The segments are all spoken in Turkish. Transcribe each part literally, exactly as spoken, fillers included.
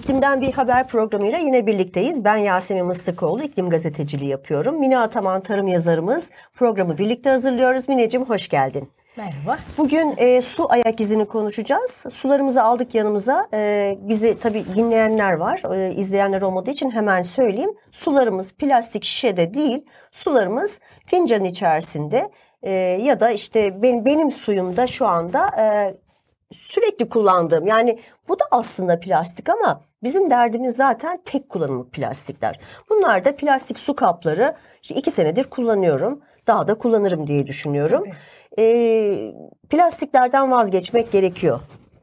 İklimden bir haber programıyla yine birlikteyiz. Ben Yasemin Mıstıkoğlu, iklim gazeteciliği yapıyorum. Mine Ataman tarım yazarımız, programı birlikte hazırlıyoruz. Mineciğim hoş geldin. Merhaba. Bugün e, su ayak izini konuşacağız. Sularımızı aldık yanımıza. E, bizi tabii dinleyenler var, e, izleyenler olmadığı için hemen söyleyeyim. Sularımız plastik şişede değil, sularımız fincan içerisinde e, ya da işte benim, benim suyumda şu anda e, sürekli kullandığım, yani bu da aslında plastik ama bizim derdimiz zaten tek kullanımlık plastikler. Bunlar da plastik su kapları. İşte iki senedir kullanıyorum. Daha da kullanırım diye düşünüyorum. Ee, plastiklerden vazgeçmek gerekiyor.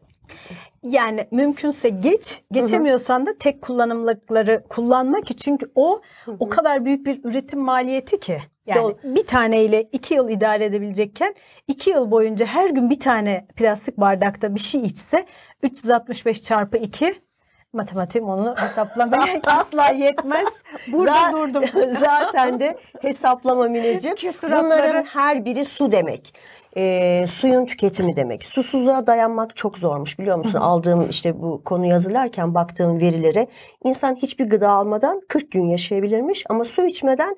Yani mümkünse geç, geçemiyorsan da tek kullanımlıkları kullanmak için, çünkü o hı hı. o kadar büyük bir üretim maliyeti ki. Yani Doğru. bir taneyle iki yıl idare edebilecekken iki yıl boyunca her gün bir tane plastik bardakta bir şey içse üç yüz altmış beş çarpı iki matematiğim onu hesaplamaya asla yetmez. Burada zaten, durdum. Zaten de hesaplama Mineciğim. Bunların her biri su demek. E, suyun tüketimi demek. Susuzluğa dayanmak çok zormuş, biliyor musun? Hı hı. Aldığım işte bu konuyu hazırlarken baktığım verilere, insan hiçbir gıda almadan kırk gün yaşayabilirmiş ama su içmeden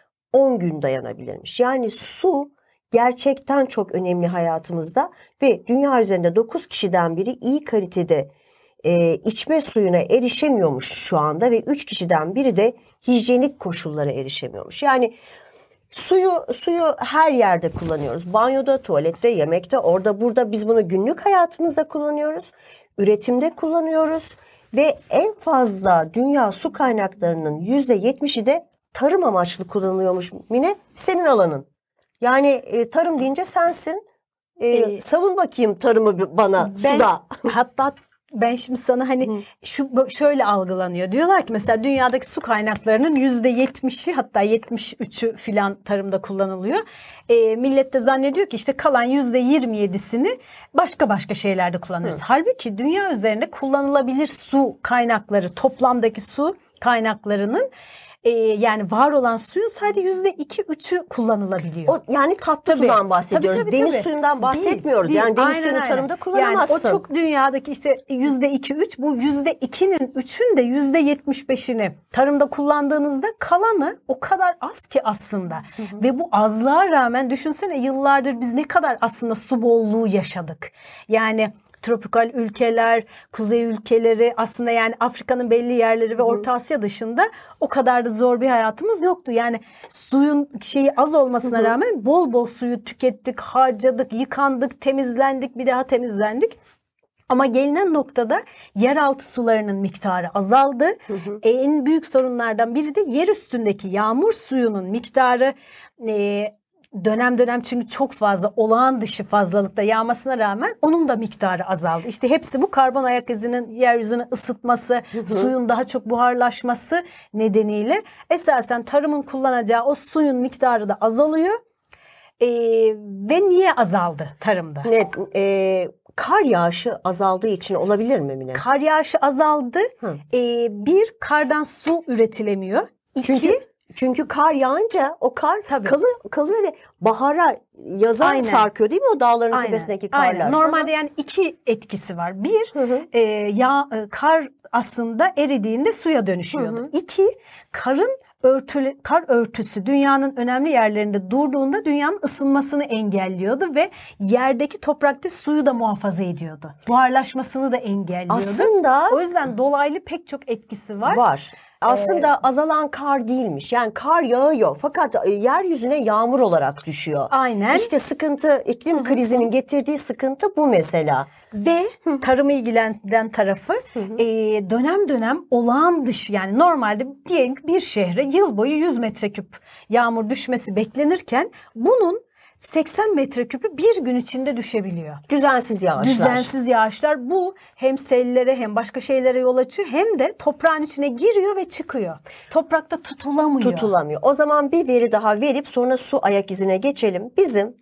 on gün dayanabilirmiş. Yani su gerçekten çok önemli hayatımızda ve dünya üzerinde dokuz kişiden biri iyi kalitede e, içme suyuna erişemiyormuş şu anda ve üç kişiden biri de hijyenik koşullara erişemiyormuş. Yani Suyu suyu her yerde kullanıyoruz. Banyoda, tuvalette, yemekte, orada burada biz bunu günlük hayatımızda kullanıyoruz. Üretimde kullanıyoruz ve en fazla dünya su kaynaklarının yüzde yetmişi de tarım amaçlı kullanılıyormuş. Mine, senin alanın. Yani e, tarım deyince sensin. E, ee, savun bakayım tarımı bana ben, suda. Hatta ben şimdi sana hani Hı. şu şöyle algılanıyor. Diyorlar ki mesela dünyadaki su kaynaklarının yüzde yetmişi, hatta yetmiş üçü filan tarımda kullanılıyor. E, millet de zannediyor ki işte kalan yüzde yirmi yedisini başka başka şeylerde kullanıyoruz. Hı. Halbuki dünya üzerinde kullanılabilir su kaynakları, toplamdaki su kaynaklarının Ee, yani var olan suyun sadece yüzde iki üçü kullanılabiliyor. O, yani tatlı tabii, sudan bahsediyoruz. Tabii, tabii, deniz tabii. suyundan bahsetmiyoruz. Değil, yani değil. deniz aynen, suyunu aynen. tarımda kullanamazsın. Yani o çok dünyadaki işte yüzde iki üç, bu yüzde ikinin üçün de yüzde yetmiş beşini tarımda kullandığınızda kalanı o kadar az ki aslında. Hı hı. Ve bu azlığa rağmen düşünsene, yıllardır biz ne kadar aslında su bolluğu yaşadık. Yani tropikal ülkeler, kuzey ülkeleri, aslında yani Afrika'nın belli yerleri ve Orta Asya dışında o kadar da zor bir hayatımız yoktu. Yani suyun şeyi az olmasına Hı-hı. rağmen bol bol suyu tükettik, harcadık, yıkandık, temizlendik, bir daha temizlendik. Ama gelinen noktada yeraltı sularının miktarı azaldı. Hı hı. En büyük sorunlardan biri de yer üstündeki yağmur suyunun miktarı e, dönem dönem, çünkü çok fazla olağan dışı fazlalıkta yağmasına rağmen onun da miktarı azaldı. İşte hepsi bu karbon ayak izinin yeryüzünü ısıtması, hı hı. suyun daha çok buharlaşması nedeniyle esasen tarımın kullanacağı o suyun miktarı da azalıyor. Ee, ve niye azaldı tarımda? Net, e, kar yağışı azaldığı için olabilir mi Mine? Kar yağışı azaldı. Ee, bir, kardan su üretilemiyor. İki, Çünkü Çünkü kar yağınca o kar kalıyor, kalıyor ve bahara, yaza Aynen. sarkıyor değil mi o dağların Aynen. tepesindeki karlar? Aynen. Normalde yani iki etkisi var. Bir, hı hı. E, yağ, kar aslında eridiğinde suya dönüşüyordu. Hı hı. İki, karın örtülü, kar örtüsü dünyanın önemli yerlerinde durduğunda dünyanın ısınmasını engelliyordu ve yerdeki toprakta suyu da muhafaza ediyordu. Buharlaşmasını da engelliyordu. Aslında o yüzden dolaylı pek çok etkisi var. Var. Aslında ee, azalan kar değilmiş. Yani kar yağıyor fakat yeryüzüne yağmur olarak düşüyor. Aynen. İşte sıkıntı, iklim Hı-hı. krizinin getirdiği sıkıntı bu mesela. Ve Hı-hı. tarımı ilgilendiren tarafı e, dönem dönem olağan dışı, yani normalde diyelim bir şehre yıl boyu yüz metreküp yağmur düşmesi beklenirken bunun seksen metreküpü bir gün içinde düşebiliyor. Düzensiz yağışlar. Düzensiz yağışlar. Bu hem sellere hem başka şeylere yol açıyor, hem de toprağın içine giriyor ve çıkıyor. Toprakta tutulamıyor. Tutulamıyor. O zaman bir veri daha verip sonra su ayak izine geçelim. Bizim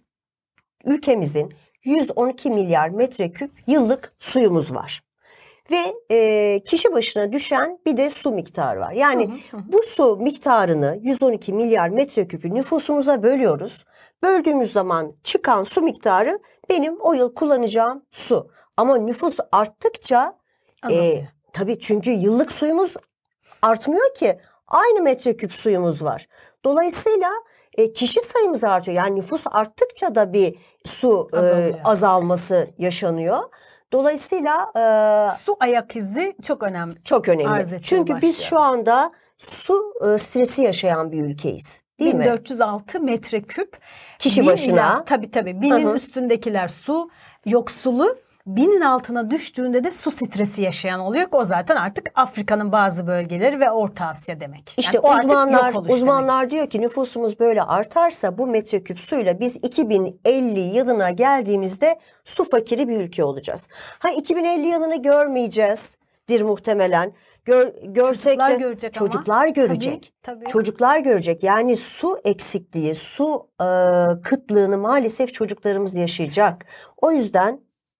ülkemizin yüz on iki milyar metreküp yıllık suyumuz var. Ve e, kişi başına düşen bir de su miktarı var. Yani hı hı hı. bu su miktarını yüz on iki milyar metreküpü nüfusumuza bölüyoruz. Böldüğümüz zaman çıkan su miktarı benim o yıl kullanacağım su. Ama nüfus arttıkça e, Tabii, çünkü yıllık suyumuz artmıyor ki. Aynı metreküp suyumuz var. Dolayısıyla e, kişi sayımız artıyor. Yani nüfus arttıkça da bir su e, azalması yaşanıyor. Dolayısıyla e, su ayak izi çok önemli. Çok önemli. Çünkü başlıyor. biz şu anda su e, stresi yaşayan bir ülkeyiz. Değil bin dört mi? yüz altı metreküp Kişi başına. Tabii tabii. Binin Hı hı. üstündekiler su yoksulu. Binin altına düştüğünde de su stresi yaşayan oluyor. O zaten artık Afrika'nın bazı bölgeleri ve Orta Asya demek. İşte Yani o artık uzmanlar yok oluş uzmanlar demek. diyor ki nüfusumuz böyle artarsa bu metreküp suyla biz iki bin elli yılına geldiğimizde su fakiri bir ülke olacağız. Ha iki bin elli yılını görmeyeceğizdir muhtemelen. Gör, görsek Çocuklar de görecek çocuklar ama. görecek. Tabii, tabii. Çocuklar görecek. Yani su eksikliği, su e, kıtlığını maalesef çocuklarımız yaşayacak. O yüzden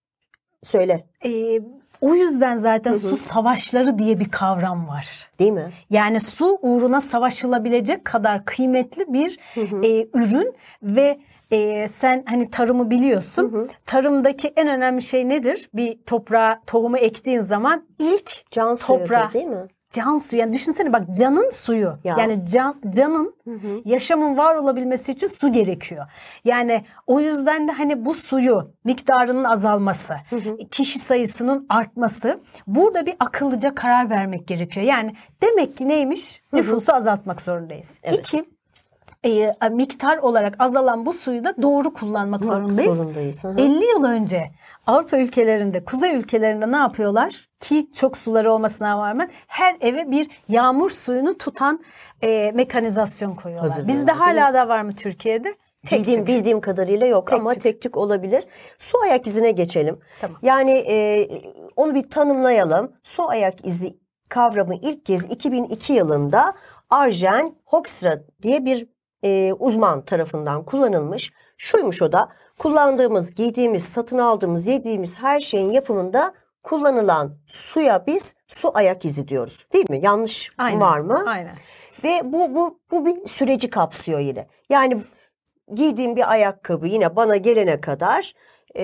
söyle. Ee, o yüzden zaten su savaşları diye bir kavram var. Değil mi? Yani su uğruna savaşılabilecek kadar kıymetli bir e, ürün ve e, sen hani tarımı biliyorsun. Hı hı. Tarımdaki en önemli şey nedir? Bir toprağa tohumu ektiğin zaman ilk can suyu toprağa, değil mi? Can suyu. Yani düşünsene bak, canın suyu. Ya. Yani can, canın hı hı. yaşamın var olabilmesi için su gerekiyor. Yani o yüzden de hani bu suyu miktarının azalması, hı hı. kişi sayısının artması, burada bir akıllıca karar vermek gerekiyor. Yani demek ki neymiş? Hı hı. Nüfusu azaltmak zorundayız. Evet. İki, e, miktar olarak azalan bu suyu da doğru kullanmak zorundayız. zorundayız. Hı hı. elli yıl önce Avrupa ülkelerinde, kuzey ülkelerinde ne yapıyorlar? Ki çok suları olmasına rağmen her eve bir yağmur suyunu tutan e, mekanizasyon koyuyorlar. Bizde hala da var mı Türkiye'de? Tek bildiğim, bildiğim kadarıyla yok tek ama tük. tek tük olabilir. Su ayak izine geçelim. Tamam. Yani e, onu bir tanımlayalım. Su ayak izi kavramı ilk kez iki bin iki yılında Arjen Hoekstra diye bir e, uzman tarafından kullanılmış. Şuymuş o da: kullandığımız, giydiğimiz, satın aldığımız, yediğimiz her şeyin yapımında kullanılan suya biz su ayak izi diyoruz. Değil mi? Yanlış aynen, var mı? Aynen. Ve bu bu bu bir süreci kapsıyor yine. Yani giydiğim bir ayakkabı yine bana gelene kadar,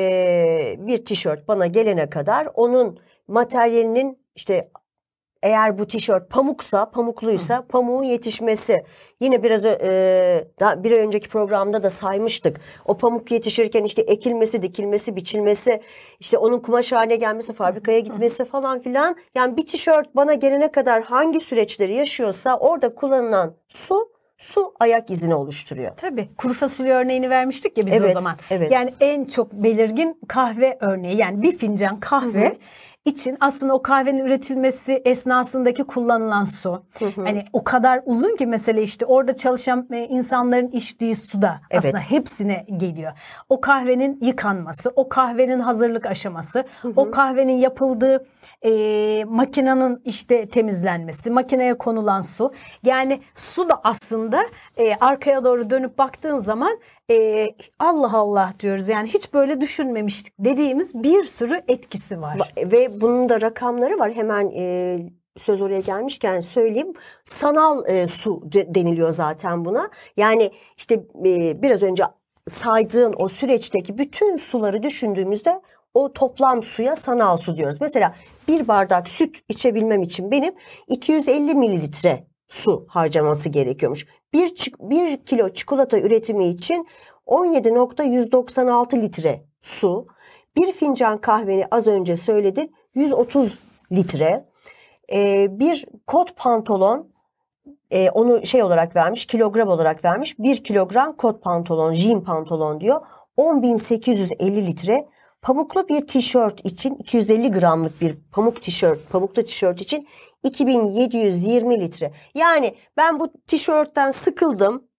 e, bir tişört bana gelene kadar onun materyalinin, işte eğer bu tişört pamuksa, pamukluysa Hı. pamuğun yetişmesi. Yine biraz e, daha bir önceki programda da saymıştık. O pamuk yetişirken işte ekilmesi, dikilmesi, biçilmesi, işte onun kumaş haline gelmesi, fabrikaya gitmesi falan filan. Yani bir tişört bana gelene kadar hangi süreçleri yaşıyorsa orada kullanılan su su ayak izini oluşturuyor. Tabii. Kuru fasulye örneğini vermiştik ya biz evet, o zaman. Evet. Yani en çok belirgin kahve örneği. Yani bir fincan kahve Hı-hı. için aslında o kahvenin üretilmesi esnasındaki kullanılan su. Hı hı. Hani o kadar uzun ki mesele, işte orada çalışan insanların içtiği su da evet. aslında hepsine geliyor. O kahvenin yıkanması, o kahvenin hazırlık aşaması, hı hı. o kahvenin yapıldığı e, makinenin işte temizlenmesi, makineye konulan su. Yani su da aslında e, arkaya doğru dönüp baktığın zaman e, Allah Allah diyoruz. Yani hiç böyle düşünmemiştik dediğimiz bir sürü etkisi var. Ve bunun da rakamları var. Hemen e, söz oraya gelmişken söyleyeyim. Sanal e, su de, deniliyor zaten buna. Yani işte e, biraz önce saydığın o süreçteki bütün suları düşündüğümüzde o toplam suya sanal su diyoruz. Mesela bir bardak süt içebilmem için benim iki yüz elli mililitre su harcaması gerekiyormuş. Bir, bir kilo çikolata üretimi için on yedi nokta yüz doksan altı litre su. Bir fincan kahveni az önce söyledin yüz otuz litre. Ee, bir kot pantolon, e, onu şey olarak vermiş, kilogram olarak vermiş. Bir kilogram kot pantolon, jean pantolon diyor. on bin sekiz yüz elli litre. Pamuklu bir tişört için iki yüz elli gramlık bir pamuk tişört, pamuklu tişört için iki bin yedi yüz yirmi litre. Yani ben bu tişörtten sıkıldım.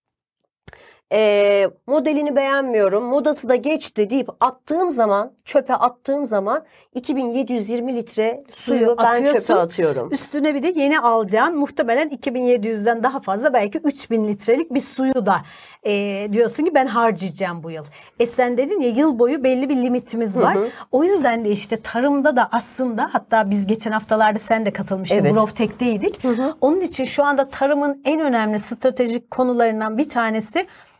E, modelini beğenmiyorum, modası da geçti deyip attığım zaman, çöpe attığım zaman iki bin yedi yüz yirmi litre suyu ben çöpe atıyorum. Üstüne bir de yeni alacağın muhtemelen iki bin yedi yüzden daha fazla, belki üç bin litrelik bir suyu da e, diyorsun ki ben harcayacağım bu yıl. E sen dedin ya, yıl boyu belli bir limitimiz var. Hı hı. O yüzden de işte tarımda da aslında, hatta biz geçen haftalarda sen de katılmıştın, evet. Growtek'teydik. Hı hı. Onun için şu anda tarımın en önemli stratejik konularından bir tanesi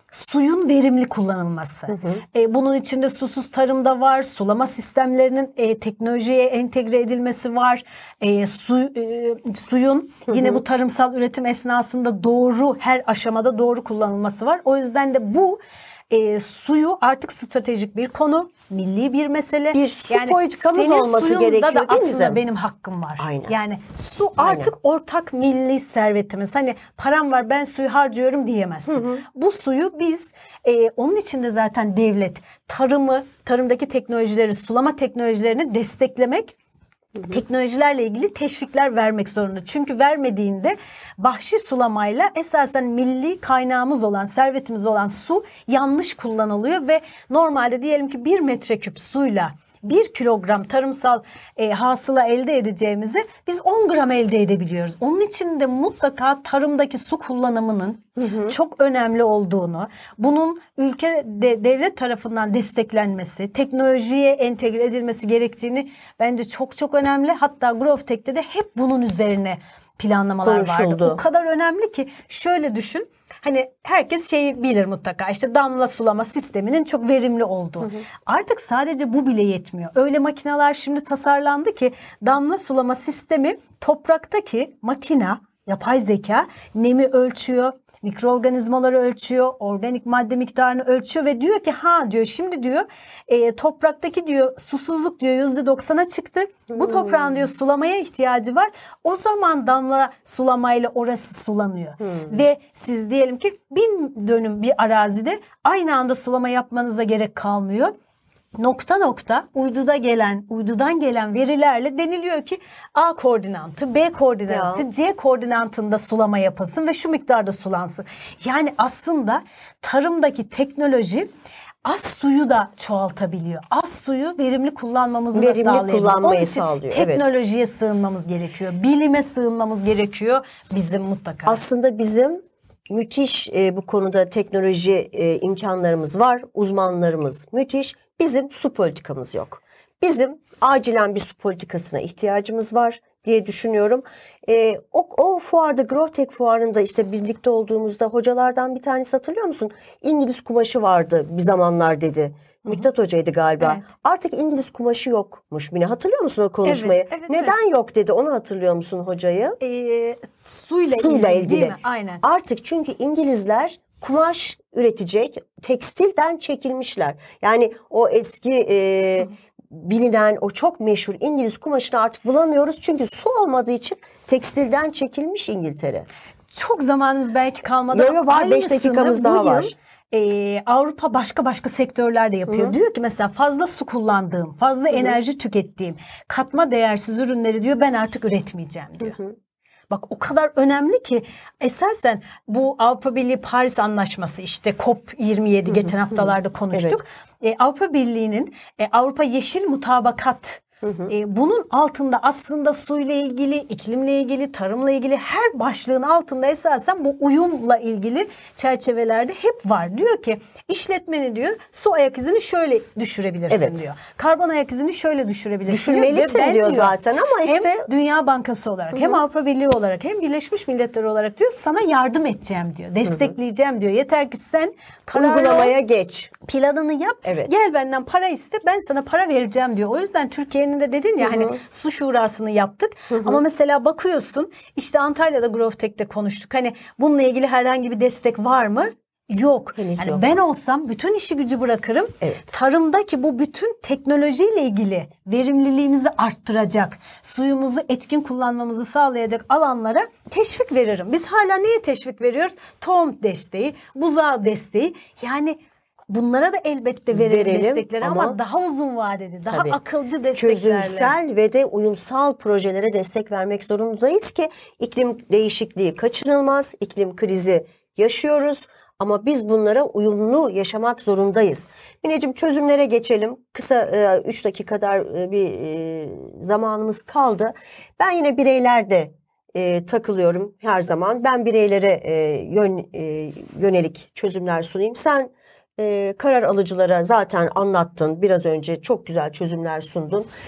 suyun verimli kullanılması. Hı hı. E, bunun içinde susuz tarımda var, sulama sistemlerinin e, teknolojiye entegre edilmesi var. E, su, e, suyun hı hı. yine bu tarımsal üretim esnasında doğru, her aşamada doğru kullanılması var. O yüzden de bu e, suyu artık stratejik bir konu, milli bir mesele. Bir su yani politikamız olması gerekiyor da değil mi? Aslında benim hakkım var. Aynen. Yani su artık Aynen. ortak milli servetimiz. Hani param var ben suyu harcıyorum diyemezsin. Hı hı. Bu suyu biz e, onun için de zaten devlet tarımı, tarımdaki teknolojileri, sulama teknolojilerini desteklemek, Hı hı. teknolojilerle ilgili teşvikler vermek zorunda. Çünkü vermediğinde vahşi sulamayla esasen milli kaynağımız olan, servetimiz olan su yanlış kullanılıyor ve normalde diyelim ki bir metreküp suyla bir kilogram tarımsal e, hasıla elde edeceğimizi biz on gram elde edebiliyoruz. Onun için de mutlaka tarımdaki su kullanımının hı hı. çok önemli olduğunu, bunun ülke de, devlet tarafından desteklenmesi, teknolojiye entegre edilmesi gerektiğini bence çok çok önemli. Hatta GrowthTech'te de hep bunun üzerine planlamalar Konuşuldu. vardı. O kadar önemli ki şöyle düşün. Hani herkes şeyi bilir mutlaka, işte damla sulama sisteminin çok verimli olduğu. Hı hı. Artık sadece bu bile yetmiyor. Öyle makineler şimdi tasarlandı ki damla sulama sistemi topraktaki makina, yapay zeka nemi ölçüyor, mikroorganizmaları ölçüyor, organik madde miktarını ölçüyor ve diyor ki ha diyor şimdi diyor e, topraktaki diyor susuzluk diyor yüzde doksana çıktı. Bu toprağın diyor sulamaya ihtiyacı var. O zaman damla sulamayla orası sulanıyor. Hmm. Ve siz diyelim ki bin dönüm bir arazide aynı anda sulama yapmanıza gerek kalmıyor. Nokta nokta uyduda gelen, uydudan gelen verilerle deniliyor ki A koordinatı, B koordinatı, ya. C koordinatında sulama yapılsın ve şu miktarda sulansın. Yani aslında tarımdaki teknoloji az suyu da çoğaltabiliyor. Az suyu verimli kullanmamızı verimli da sağlayabiliyor. kullanmayı Onun için sağlıyor. teknolojiye evet. sığınmamız gerekiyor. Bilime sığınmamız gerekiyor bizim mutlaka. Aslında bizim müthiş e, bu konuda teknoloji e, imkanlarımız var. Uzmanlarımız müthiş. Bizim su politikamız yok. Bizim acilen bir su politikasına ihtiyacımız var diye düşünüyorum. E, o, o fuarda, GrowthTech fuarında işte birlikte olduğumuzda hocalardan bir tanesi hatırlıyor musun? İngiliz kumaşı vardı bir zamanlar dedi. Miktat Hoca'ydı galiba. Evet. Artık İngiliz kumaşı yokmuş. Mine hatırlıyor musun o konuşmayı? Evet, evet, Neden evet. yok dedi. Onu hatırlıyor musun hocayı? Ee, suyla, suyla ilgili, ilgili. Değil mi? Aynen. Artık çünkü İngilizler kumaş üretecek, tekstilden çekilmişler. Yani o eski e, bilinen o çok meşhur İngiliz kumaşını artık bulamıyoruz. Çünkü su olmadığı için tekstilden çekilmiş İngiltere. Çok zamanımız belki kalmadı. Yo yo var, beş dakikamız daha var. Ee, Avrupa başka başka sektörlerde yapıyor. Hı-hı. Diyor ki mesela fazla su kullandığım, fazla Hı-hı. enerji tükettiğim, katma değersiz ürünleri diyor ben artık üretmeyeceğim diyor. Hı-hı. Bak o kadar önemli ki esasen bu Avrupa Birliği Paris Anlaşması işte COP yirmi yedi geçen haftalarda konuştuk. Evet. E, Avrupa Birliği'nin e, Avrupa Yeşil Mutabakat Hı hı. E, bunun altında aslında suyla ilgili, iklimle ilgili, tarımla ilgili her başlığın altında esasen bu uyumla ilgili çerçevelerde hep var. Diyor ki işletmeni diyor su ayak izini şöyle düşürebilirsin evet. diyor. Karbon ayak izini şöyle düşürebilirsin Düşürmelisin diyor. diyor zaten ama işte. Hem Dünya Bankası olarak hı hı. hem Avrupa Birliği olarak hem Birleşmiş Milletler olarak diyor sana yardım edeceğim diyor. Destekleyeceğim hı hı. diyor. Yeter ki sen uygulamaya geç. Planını yap. Evet. Gel benden para iste ben sana para vereceğim diyor. O yüzden Türkiye'nin de dedin ya hı hı. hani su şurasını yaptık. Hı hı. Ama mesela bakıyorsun işte Antalya'da GrowthTech'te konuştuk. Hani bununla ilgili herhangi bir destek var mı? Yok. Henüz yani yok. Ben olsam bütün işi gücü bırakırım. Evet. Tarımdaki bu bütün teknolojiyle ilgili verimliliğimizi arttıracak, suyumuzu etkin kullanmamızı sağlayacak alanlara teşvik veririm. Biz hala neye teşvik veriyoruz? Tohum desteği, buzağı desteği. Yani bunlara da elbette verelim, verelim destekleri ama, ama daha uzun vadeli, daha tabii, akılcı desteklerle. Çözümsel ve de uyumsal projelere destek vermek zorundayız ki iklim değişikliği kaçınılmaz, iklim krizi yaşıyoruz. Ama biz bunlara uyumlu yaşamak zorundayız. Mineciğim çözümlere geçelim. Kısa üç dakika kadar bir e, zamanımız kaldı. Ben yine bireylerde e, takılıyorum her zaman. Ben bireylere e, yön, e, yönelik çözümler sunayım. Sen e, karar alıcılara zaten anlattın. Biraz önce çok güzel çözümler sundun.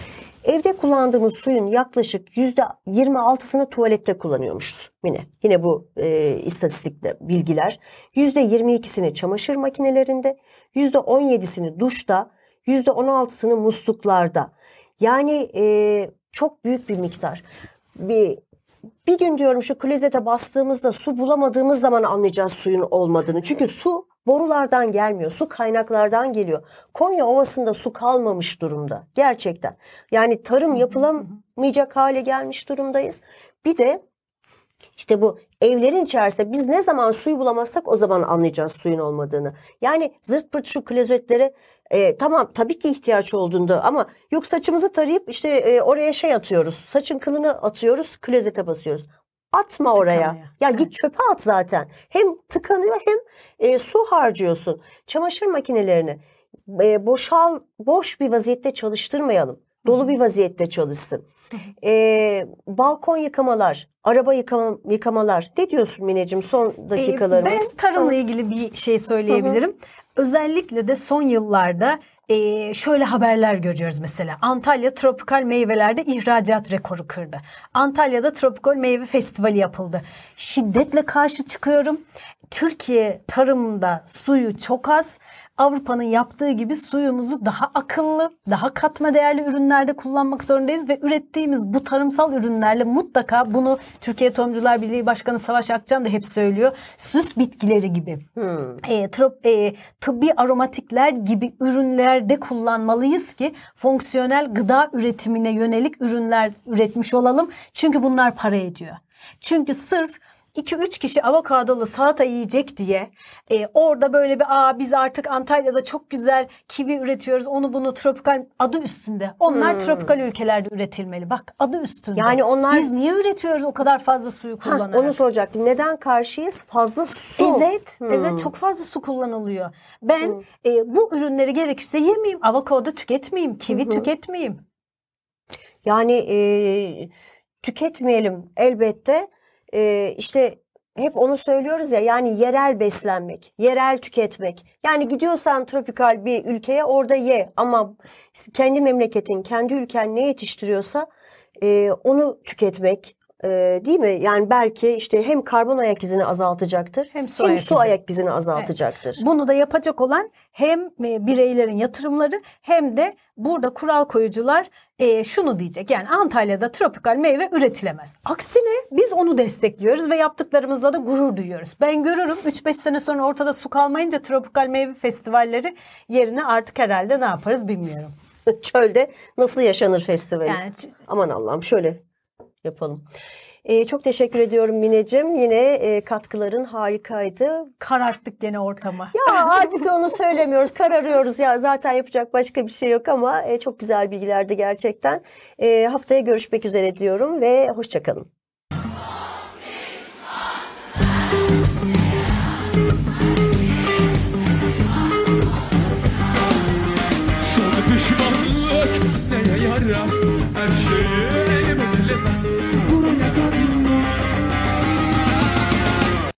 Evde kullandığımız suyun yaklaşık yüzde yirmi altısını tuvalette kullanıyormuşuz Mine. Yine bu e, istatistikte bilgiler. yüzde yirmi ikisini çamaşır makinelerinde, yüzde on yedisini duşta, yüzde on altısını musluklarda. Yani e, çok büyük bir miktar. Bir, bir gün diyorum şu klozete bastığımızda su bulamadığımız zaman anlayacağız suyun olmadığını. Çünkü su borulardan gelmiyor. Su kaynaklardan geliyor. Konya Ovası'nda su kalmamış durumda. Gerçekten. Yani tarım yapılamayacak hale gelmiş durumdayız. Bir de işte bu evlerin içerisinde biz ne zaman suyu bulamazsak o zaman anlayacağız suyun olmadığını. Yani zırt pırt şu klozetlere e, tamam tabii ki ihtiyaç olduğunda ama yok saçımızı tarayıp işte e, oraya şey atıyoruz. Saçın kılını atıyoruz, klozete basıyoruz. Atma oraya. Tıkanıyor. Ya Evet. git çöpe at zaten. Hem tıkanıyor hem e, su harcıyorsun. Çamaşır makinelerini e, boşal boş bir vaziyette çalıştırmayalım. Dolu bir vaziyette çalışsın. E, balkon yıkamalar, araba yıkama, yıkamalar. Ne diyorsun Mineciğim son dakikalarımız? Ee, Ben tarımla ilgili bir şey söyleyebilirim. Özellikle de son yıllarda e, şöyle haberler görüyoruz mesela. Antalya tropikal meyvelerde ihracat rekoru kırdı. Antalya'da tropikal meyve festivali yapıldı. Şiddetle karşı çıkıyorum. Türkiye tarımda suyu çok az. Avrupa'nın yaptığı gibi suyumuzu daha akıllı, daha katma değerli ürünlerde kullanmak zorundayız ve ürettiğimiz bu tarımsal ürünlerle mutlaka bunu Türkiye Tohumcular Birliği Başkanı Savaş Akcan da hep söylüyor. Süs bitkileri gibi, Hmm. e, trop, e, tıbbi aromatikler gibi ürünlerde kullanmalıyız ki fonksiyonel gıda üretimine yönelik ürünler üretmiş olalım. Çünkü bunlar para ediyor. Çünkü sırf iki üç kişi avokadolu salata yiyecek diye e, orada böyle bir aa biz artık Antalya'da çok güzel kivi üretiyoruz onu bunu tropikal adı üstünde. Onlar Hmm. tropikal ülkelerde üretilmeli. Bak adı üstünde. Yani onlar- Biz niye üretiyoruz o kadar fazla suyu Hah, kullanarak? onu soracaktım. Neden karşıyız? Fazla su. Evet, Hmm. evet çok fazla su kullanılıyor. Ben e, bu ürünleri gerekirse yemeyeyim, avokado tüketmeyeyim, kivi tüketmeyeyim. Yani e, tüketmeyelim elbette. E, işte hep onu söylüyoruz ya yani yerel beslenmek, yerel tüketmek. Yani gidiyorsan tropikal bir ülkeye orada ye ama kendi memleketin, kendi ülken ne yetiştiriyorsa e, onu tüketmek. e, değil mi? Yani belki işte hem karbon ayak izini azaltacaktır Hem hem su su, ayak izi. ayak izini azaltacaktır. Bunu da yapacak olan hem e, bireylerin yatırımları hem de burada kural koyucular e, şunu diyecek. Yani Antalya'da tropikal meyve üretilemez. Aksine biz onu destekliyoruz ve yaptıklarımızla da gurur duyuyoruz. Ben görürüm üç beş sene sonra ortada su kalmayınca tropikal meyve festivalleri yerine artık herhalde ne yaparız bilmiyorum. Çölde nasıl yaşanır festivali? Yani ç- Aman Allah'ım şöyle yapalım. Ee, çok teşekkür ediyorum Mineciğim. Yine e, katkıların harikaydı. kararttık gene ortamı. Ya artık onu söylemiyoruz, kararıyoruz ya. Zaten yapacak başka bir şey yok ama e, çok güzel bilgilerdi gerçekten. E, haftaya görüşmek üzere diyorum ve hoşça kalın. Son pişmanlık neye yarar?